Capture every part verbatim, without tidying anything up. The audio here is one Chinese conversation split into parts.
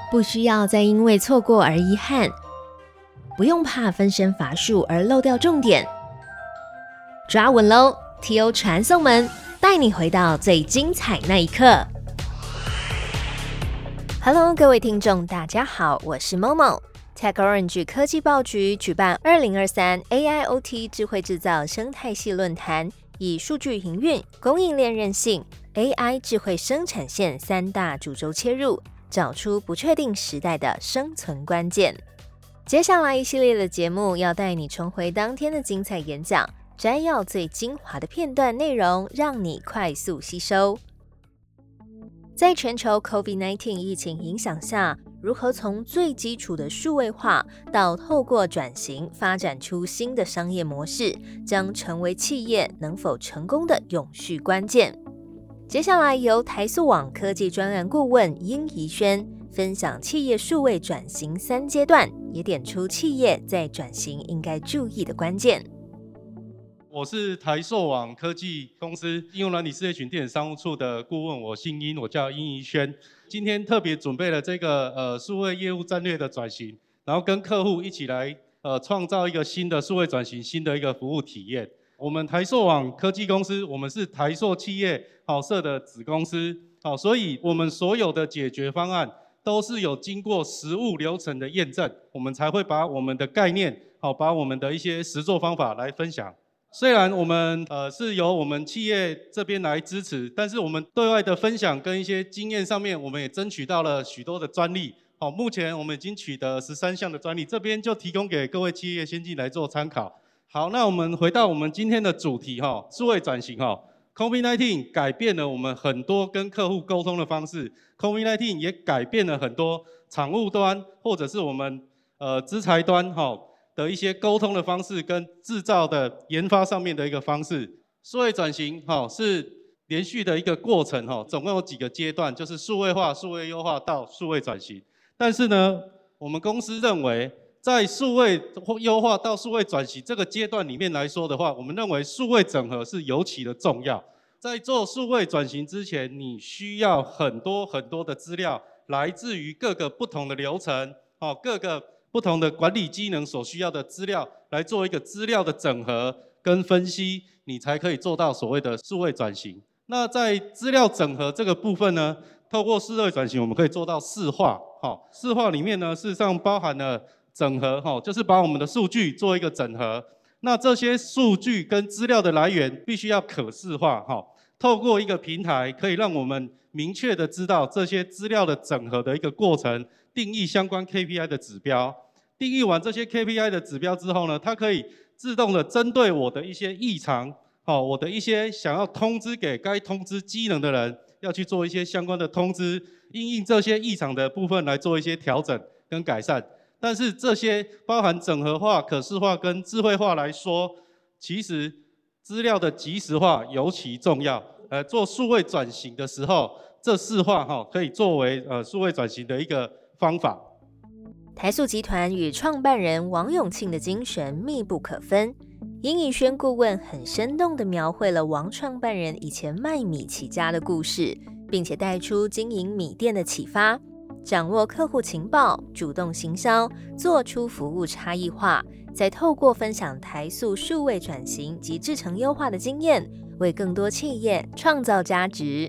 不需要再因为错过而遗憾，不用怕分身乏术而漏掉重点。抓稳喽 ！T O 传送门带你回到最精彩那一刻。Hello， 各位听众，大家好，我是 Momo。TechOrange 科技报局举办二零二三 A I O T 智慧制造生态系论坛，以数据营运、供应链韧性、A I 智慧生产线三大主轴切入，找出不确定时代的生存关键。接下来一系列的节目要带你重回当天的精彩演讲，摘要最精华的片段内容，让你快速吸收。在全球 COVID 十九 疫情影响下，如何从最基础的数位化到透过转型发展出新的商业模式，将成为企业能否成功的永续关键。接下来由台塑网科技专案顾问殷怡萱分享企业数位转型三阶段，也点出企业在转型应该注意的关键。 我是台塑网科技公司应用软体事业群电子商务处的顾问，我姓殷，我叫殷怡萱。今天特别准备了这个呃数位业务战略的转型，然后跟客户一起来呃创造一个新的数位转型新的一个服务体验。我们台塑网科技公司，我们是台塑企业好社的子公司，好，所以我们所有的解决方案都是有经过实务流程的验证，我们才会把我们的概念好，把我们的一些实作方法来分享。虽然我们呃是由我们企业这边来支持，但是我们对外的分享跟一些经验上面，我们也争取到了许多的专利。好，目前我们已经取得十三项的专利，这边就提供给各位企业先进来做参考。好，那我们回到我们今天的主题哈，数位转型哈。COVID 十九 改变了我们很多跟客户沟通的方式 ，COVID 十九 也改变了很多厂务端或者是我们呃资材端哈。的一些沟通的方式跟制造的研发上面的一个方式，数位转型哈是连续的一个过程哈，总共有几个阶段，就是数位化、数位优化到数位转型。但是呢，我们公司认为，在数位优化到数位转型这个阶段里面来说的话，我们认为数位整合是尤其的重要。在做数位转型之前，你需要很多很多的资料，来自于各个不同的流程，哦，各个不同的管理机能所需要的资料，来做一个资料的整合跟分析，你才可以做到所谓的数位转型。那在资料整合这个部分呢，透过数位转型，我们可以做到四化。好，四化里面呢，事实上包含了整合，哈，就是把我们的数据做一个整合。那这些数据跟资料的来源必须要可视化，哈，透过一个平台，可以让我们明确的知道这些资料的整合的一个过程，定义相关 K P I 的指标。定义完这些 K P I 的指标之后呢，它可以自动的针对我的一些异常，好，我的一些想要通知给该通知机能的人，要去做一些相关的通知，因应这些异常的部分来做一些调整跟改善。但是这些包含整合化、可视化跟智慧化来说，其实资料的即时化尤其重要。呃，做数位转型的时候，这四化哈可以作为呃数位转型的一个方法。 台塑集团与创办人王永庆的精神密不可分。殷怡萱顾问很生动地描绘了王创办人以前卖米起家的故事，并且带出经营米店的启发，掌握客户情报，主动行销，做出服务差异化，再透过分享台塑数位转型及制程优化的经验，为更多企业创造价值。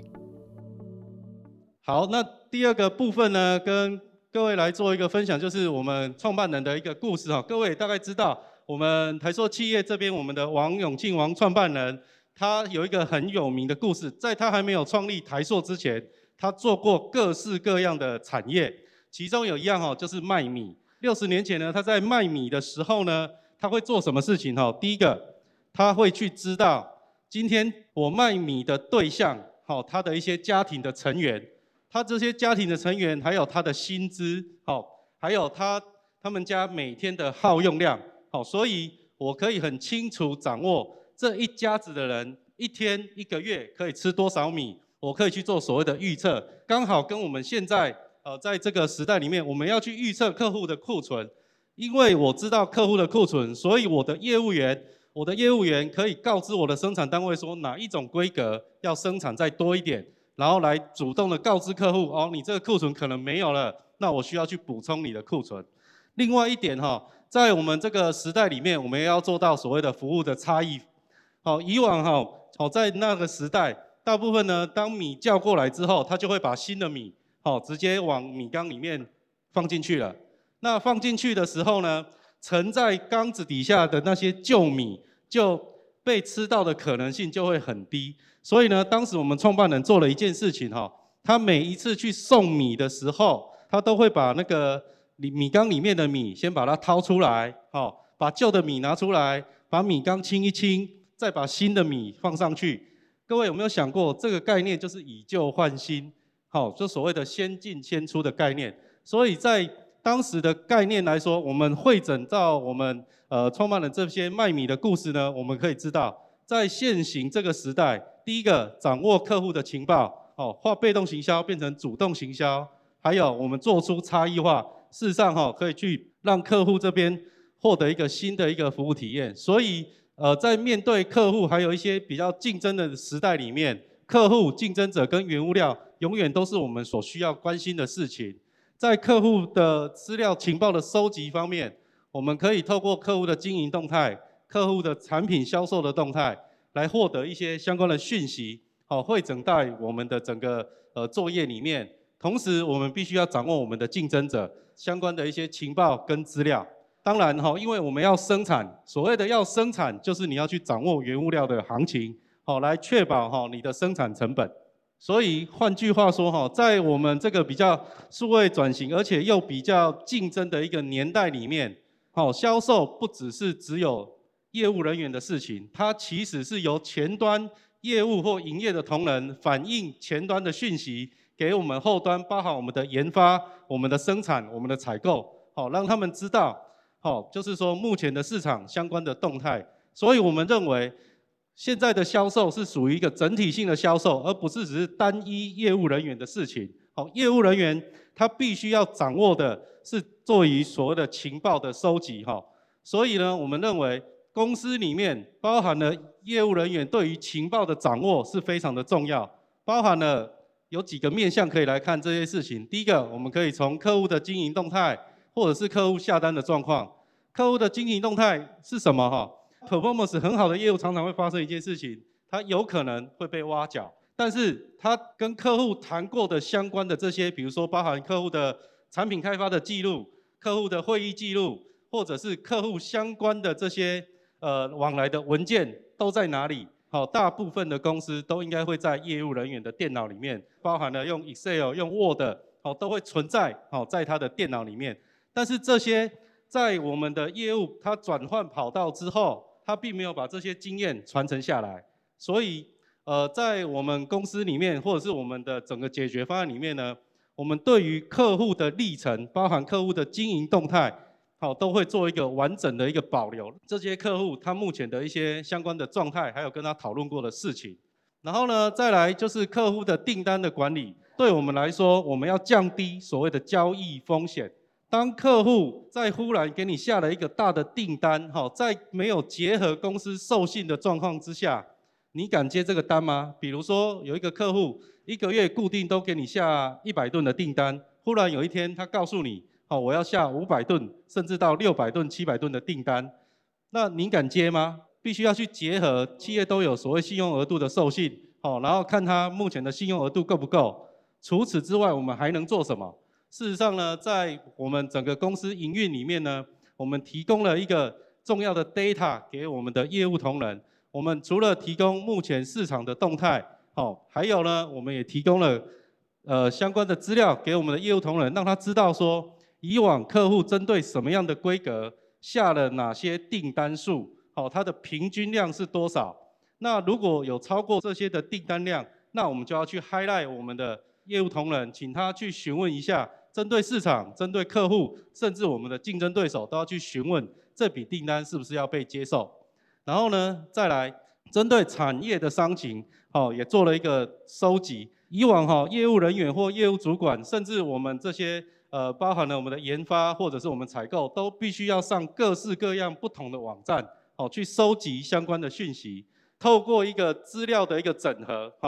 好，那第二个部分呢，跟各位来做一个分享，就是我们创办人的一个故事哈。各位大概知道，我们台塑企业这边，我们的王永庆王创办人，他有一个很有名的故事。在他还没有创立台塑之前，他做过各式各样的产业，其中有一样哈，就是卖米。六十年前呢，他在卖米的时候呢，他会做什么事情哈？第一个，他会去知道今天我卖米的对象，好，他的一些家庭的成员。他这些家庭的成员，还有他的薪资，好，还有他他们家每天的耗用量，好，所以我可以很清楚掌握这一家子的人一天一个月可以吃多少米，我可以去做所谓的预测，刚好跟我们现在呃在这个时代里面，我们要去预测客户的库存，因为我知道客户的库存，所以我的业务员，我的业务员可以告知我的生产单位说哪一种规格要生产再多一点。然后来主动的告知客户，哦，你这个库存可能没有了， 那我需要去补充你的库存。另外一点哈，在我们这个时代里面，我们也要做到所谓的服务的差异。好，以往哈，好在那个时代，大部分呢，当米叫过来之后，他就会把新的米好直接往米缸里面放进去了。那放进去的时候呢，沉在缸子底下的那些旧米就被吃到的可能性就会很低。所以呢，当时我们创办人做了一件事情哈，他每一次去送米的时候，他都会把那个米缸里面的米先把它掏出来，好，把旧的米拿出来，把米缸清一清，再把新的米放上去。各位有没有想过，这个概念就是以旧换新，好，就所谓的先进先出的概念。所以在当时的概念来说，我们汇整到我们呃创办人这些卖米的故事呢，我们可以知道，在现行这个时代，第一个掌握客户的情报，哦，化被动行销变成主动行销，还有我们做出差异化，事实上哈、哦、可以去让客户这边获得一个新的一个服务体验。所以呃在面对客户还有一些比较竞争的时代里面，客户、竞争者跟原物料永远都是我们所需要关心的事情。在客户的资料情报的收集方面，我们可以透过客户的经营动态、客户的产品销售的动态，来获得一些相关的讯息，好，汇整在我们的整个呃作业里面。同时，我们必须要掌握我们的竞争者相关的一些情报跟资料。当然哈，因为我们要生产，所谓的要生产，就是你要去掌握原物料的行情，好，来确保哈你的生产成本。所以换句话说哈，在我们这个比较数位转型，而且又比较竞争的一个年代里面，好，销售不只是只有业务人员的事情，它其实是由前端业务或营业的同仁反映前端的讯息给我们后端，包含我们的研发、我们的生产、我们的采购，好，让他们知道，好，就是说目前的市场相关的动态。所以我们认为，现在的销售是属于一个整体性的销售，而不是只是单一业务人员的事情。好，业务人员他必须要掌握的是作为所谓的情报的收集。哈，所以呢，我们认为公司里面包含了业务人员对于情报的掌握是非常的重要，包含了有几个面向可以来看这些事情。第一个，我们可以从客户的经营动态，或者是客户下单的状况。客户的经营动态是什么？哈。performance 很好的业务常常会发生一件事情，它有可能会被挖角，但是它跟客户谈过的相关的这些，比如说包含客户的产品开发的记录、客户的会议记录，或者是客户相关的这些呃往来的文件都在哪里？好，大部分的公司都应该会在业务人员的电脑里面，包含了用 Excel、用 Word， 好，都会存在好在他的电脑里面。但是这些在我们的业务它转换跑道之后，他并没有把这些经验传承下来，所以呃，在我们公司里面，或者是我们的整个解决方案里面呢，我们对于客户的历程，包含客户的经营动态，好，都会做一个完整的一个保留。这些客户他目前的一些相关的状态，还有跟他讨论过的事情。然后呢，再来就是客户的订单的管理，对我们来说，我们要降低所谓的交易风险。当客户在忽然给你下了一个大的订单，哈，在没有结合公司授信的状况之下，你敢接这个单吗？比如说有一个客户一个月固定都给你下一百吨的订单，忽然有一天他告诉你，好，我要下五百吨，甚至到六百吨、七百吨的订单，那你敢接吗？必须要去结合企业都有所谓信用额度的授信，好，然后看他目前的信用额度够不够。除此之外，我们还能做什么？事实上呢，在我们整个公司营运里面呢，我们提供了一个重要的 data 给我们的业务同仁。我们除了提供目前市场的动态，好，还有呢，我们也提供了呃相关的资料给我们的业务同仁，让他知道说，以往客户针对什么样的规格下了哪些订单数，好，它的平均量是多少。那如果有超过这些的订单量，那我们就要去 highlight 我们的业务同仁，请他去询问一下，针对市场、针对客户，甚至我们的竞争对手，都要去询问这笔订单是不是要被接受。然后呢，再来针对产业的商情，好，也做了一个收集。以往哈，业务人员或业务主管，甚至我们这些呃，包含了我们的研发或者是我们采购，都必须要上各式各样不同的网站，好，去收集相关的讯息。透过一个资料的一个整合，好。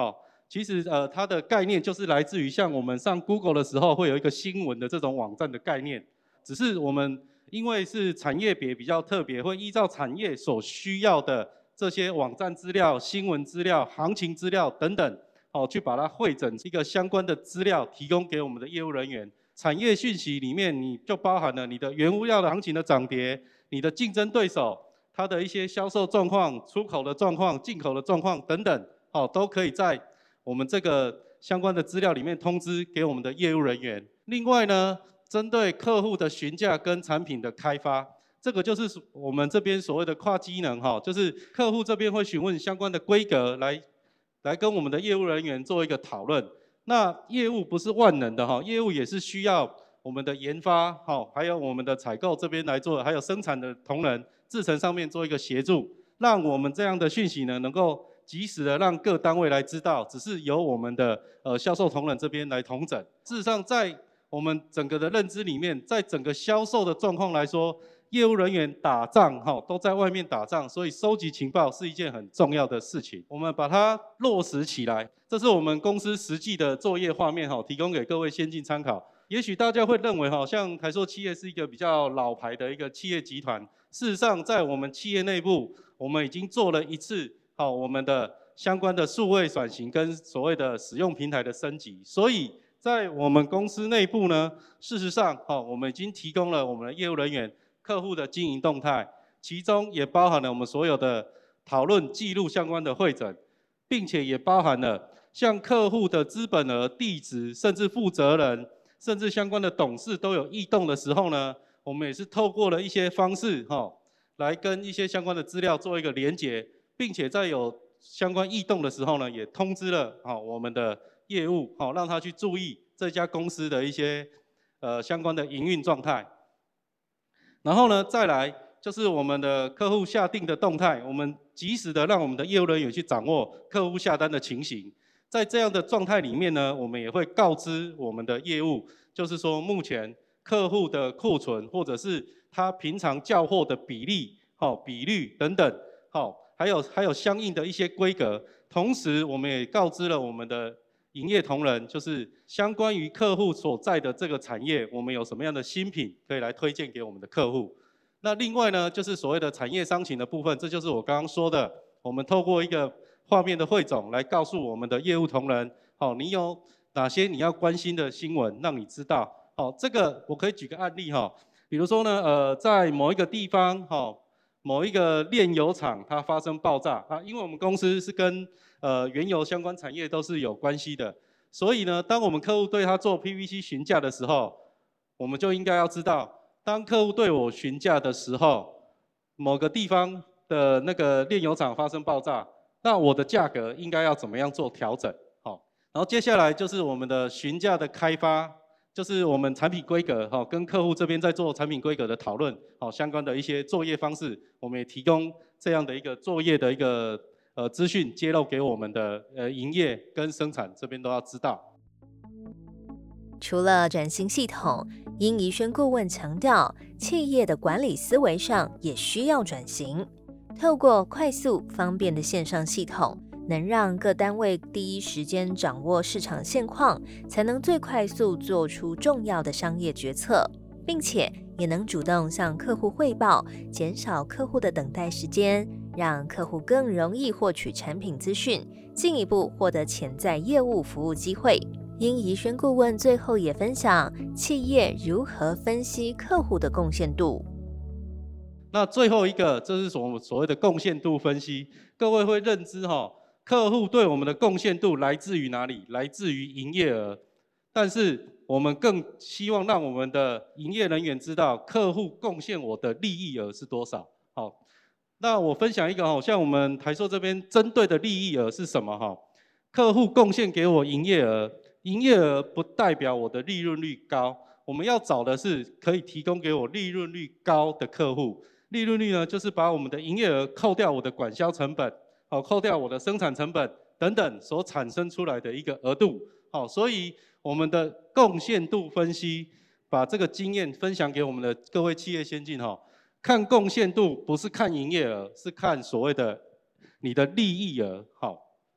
其实呃它的概念就是来自于像我们上 Google 的时候会有一个新闻的这种网站的概念，只是我们因为是产业别比较特别，会依照产业所需要的这些网站资料、新闻资料、行情资料等等，哦，去把它汇整一个相关的资料提供给我们的业务人员。产业讯息里面，你就包含了你的原物料的行情的涨跌，你的竞争对手它的一些销售状况、出口的状况、进口的状况等等，哦，都可以在我们这个相关的资料里面通知给我们的业务人员。另外呢，针对客户的询价跟产品的开发，这个就是我们这边所谓的跨机能哈，就是客户这边会询问相关的规格来来跟我们的业务人员做一个讨论。那业务不是万能的哈，业务也是需要我们的研发哈，还有我们的采购这边来做，还有生产的同仁、制程上面做一个协助，让我们这样的讯息呢能够及时的让各单位来知道，只是由我们的呃销售同仁这边来统整。事实上，在我们整个的认知里面，在整个销售的状况来说，业务人员打仗哈都在外面打仗，所以收集情报是一件很重要的事情。我们把它落实起来，这是我们公司实际的作业画面哈，提供给各位先进参考。也许大家会认为哈，像台塑企业是一个比较老牌的一个企业集团，事实上在我们企业内部，我们已经做了一次好我们的相关的数位转型跟所谓的使用平台的升级，所以在我们公司内部呢，事实上好我们已经提供了我们的业务人员客户的经营动态，其中也包含了我们所有的讨论记录相关的会诊，并且也包含了像客户的资本额、地址，甚至负责人，甚至相关的董事都有异动的时候呢，我们也是透过了一些方式哈，来跟一些相关的资料做一个连结，并且在有相关异动的时候呢，也通知了好我们的业务好，让他去注意这家公司的一些呃相关的营运状态。然后呢，再来就是我们的客户下定的动态，我们及时的让我们的业务人员去掌握客户下单的情形。在这样的状态里面呢，我们也会告知我们的业务，就是说目前客户的库存或者是他平常叫货的比例、好比率等等，好，还有还有相应的一些规格。同时，我们也告知了我们的营业同仁，就是相关于客户所在的这个产业，我们有什么样的新品可以来推荐给我们的客户。那另外呢，就是所谓的产业商情的部分，这就是我刚刚说的，我们透过一个画面的汇总来告诉我们的业务同仁，好，你有哪些你要关心的新闻，让你知道。好，这个我可以举个案例哈，比如说呢，呃，在某一个地方，哈，某一个炼油厂它发生爆炸啊，因为我们公司是跟呃原油相关产业都是有关系的，所以呢，当我们客户对他做 P V C 询价的时候，我们就应该要知道，当客户对我询价的时候，某个地方的那个炼油厂发生爆炸，那我的价格应该要怎么样做调整？好，然后接下来就是我们的询价的开发。就是我们产品规格哈，跟客户这边在做产品规格的讨论，好相关的一些作业方式，我们也提供这样的一个作业的一个呃资讯揭露给我们的呃营业跟生产这边都要知道。 除了转型系统，殷怡萱顾问强调，企业的管理思维上也需要转型，透过快速方便的线上系统。能让各单位第一时间掌握市场现况，才能最快速做出重要的商业决策，并且也能主动向客户汇报，减少客户的等待时间，让客户更容易获取产品资讯，进一步获得潜在业务服务机会。殷怡萱顾问最后也分享企业如何分析客户的贡献度。 那最后一个，这是所所谓的贡献度分析，各位会认知哈。客户对我们的贡献度来自于哪里？来自于营业额。但是我们更希望让我们的营业人员知道，客户贡献我的利益额是多少。好，那我分享一个哈，像我们台塑这边针对的利益额是什么哈？客户贡献给我营业额，营业额不代表我的利润率高。我们要找的是可以提供给我利润率高的客户。利润率呢，就是把我们的营业额扣掉我的管销成本。好，扣掉我的生产成本等等所产生出来的一个额度，好，所以我们的贡献度分析，把这个经验分享给我们的各位企业先进哈，看贡献度不是看营业额，是看所谓的你的利益额，好，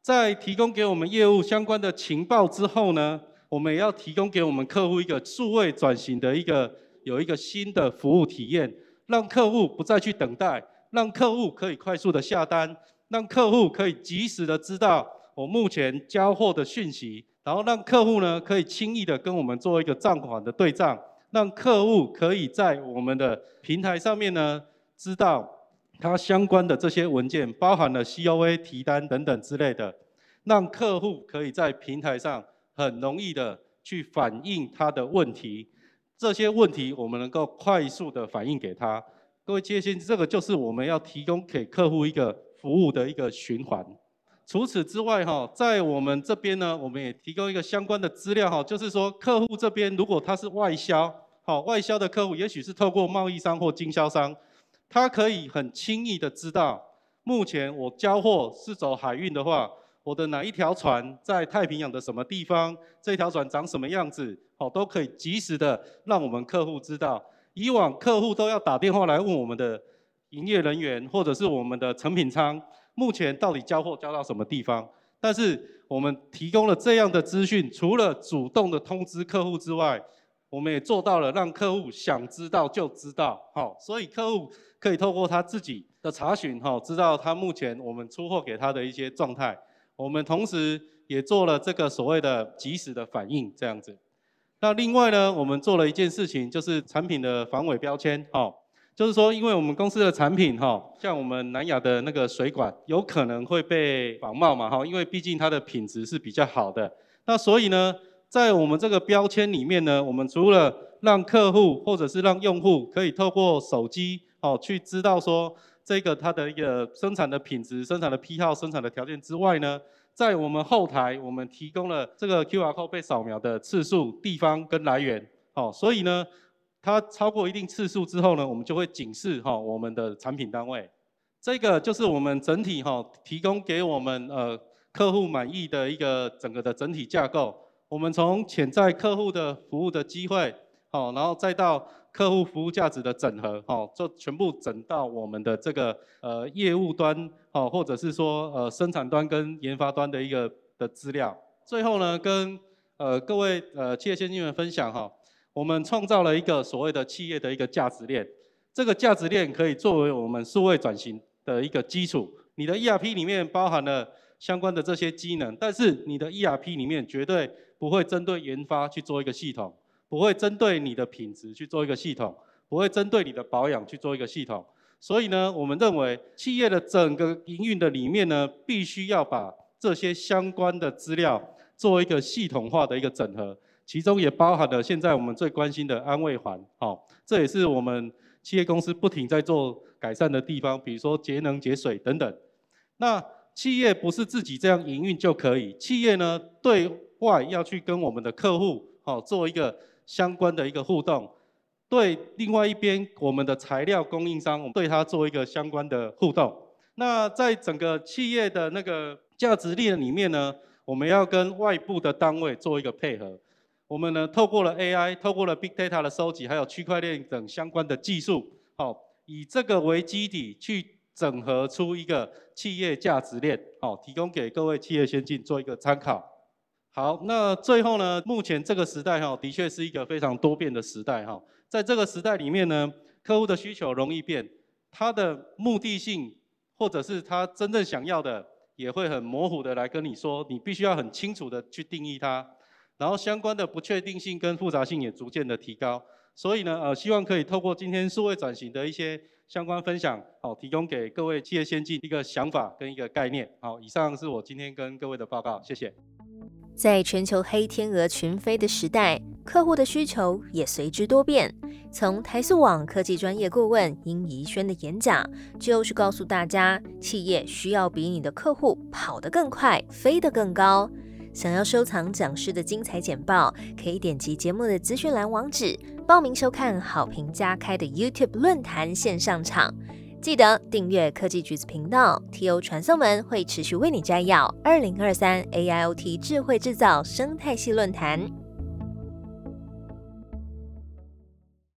在提供给我们业务相关的情报之后呢，我们也要提供给我们客户一个数位转型的一个有一个新的服务体验，让客户不再去等待，让客户可以快速的下单，让客户可以及时的知道我目前交货的讯息，然后让客户呢可以轻易的跟我们做一个账款的对账，让客户可以在我们的平台上面呢知道它相关的这些文件，包含了 C O A 提单等等之类的，让客户可以在平台上很容易的去反映他的问题，这些问题我们能够快速的反映给他。各位企业先进，这个就是我们要提供给客户一个服务的一个循环。除此之外，在我们这边呢，我们也提供一个相关的资料，就是说客户这边如果他是外销，外销的客户也许是透过贸易商或经销商，他可以很轻易的知道，目前我交货是走海运的话，我的哪一条船在太平洋的什么地方，这条船长什么样子，都可以及时的让我们客户知道。以往客户都要打电话来问我们的营业人员或者是我们的成品仓，目前到底交货交到什么地方？但是我们提供了这样的资讯，除了主动的通知客户之外，我们也做到了让客户想知道就知道。好，所以客户可以透过他自己的查询，知道他目前我们出货给他的一些状态。我们同时也做了这个所谓的及时的反应，这样子。那另外呢，我们做了一件事情，就是产品的防伪标签。就是说，因为我们公司的产品，像我们南亚的那个水管，有可能会被仿冒嘛，因为毕竟它的品质是比较好的。那所以呢，在我们这个标签里面呢，我们除了让客户或者是让用户可以透过手机去知道说这个它的一个生产的品质、生产的批号、生产的条件之外呢，在我们后台我们提供了这个 Q R code 被扫描的次数、地方跟来源。所以呢，它超过一定次数之后呢，我们就会警示我们的产品单位。这个就是我们整体提供给我们呃客户满意的一个整个的整体架构。我们从潜在客户的服务的机会，然后再到客户服务价值的整合，就全部整到我们的这个呃业务端，或者是说呃生产端跟研发端的一个的资料。最后呢，跟呃各位呃企业先进们分享哈，我们创造了一个所谓的企业的一个价值链。这个价值链可以作为我们数位转型的一个基础。你的 E R P 里面包含了相关的这些机能，但是你的 E R P 里面绝对不会针对研发去做一个系统，不会针对你的品质去做一个系统，不会针对你的保养去做一个系统。所以呢，我们认为企业的整个营运的里面呢，必须要把这些相关的资料做一个系统化的一个整合，其中也包含了现在我们最关心的安卫环，哦，这也是我们企业公司不停在做改善的地方，比如说节能节水等等。那企业不是自己这样营运就可以，企业呢对外要去跟我们的客户做一个相关的一个互动，对另外一边我们的材料供应商，我们对它做一个相关的互动。那在整个企业的那个价值链里面呢，我们要跟外部的单位做一个配合。我们呢透过了 A I， 透过了 Big Data 的收集，还有区块链等相关的技术，以这个为基底去整合出一个企业价值链，提供给各位企业先进做一个参考。好，那最后呢，目前这个时代的确是一个非常多变的时代，在这个时代里面呢，客户的需求容易变，他的目的性或者是他真正想要的也会很模糊的来跟你说，你必须要很清楚的去定义它，然后相关的不确定性跟复杂性也逐渐的提高。所以呢，呃，希望可以透过今天数位转型的一些相关分享，好，提供给各位企业先进一个想法跟一个概念。好，以上是我今天跟各位的报告，谢谢。 在全球黑天鹅群飞的时代，客户的需求也随之多变。从台塑网科技专业顾问殷怡萱的演讲，就是告诉大家，企业需要比你的客户跑得更快，飞得更高。想要收藏讲师的精彩简报，可以点击节目的资讯栏网址，报名收看好评加开的 YouTube 论坛线上场。记得订阅科技橘子频道 ，T O 传送门会持续为你摘要二零二三 A I O T 智慧制造生态系论坛。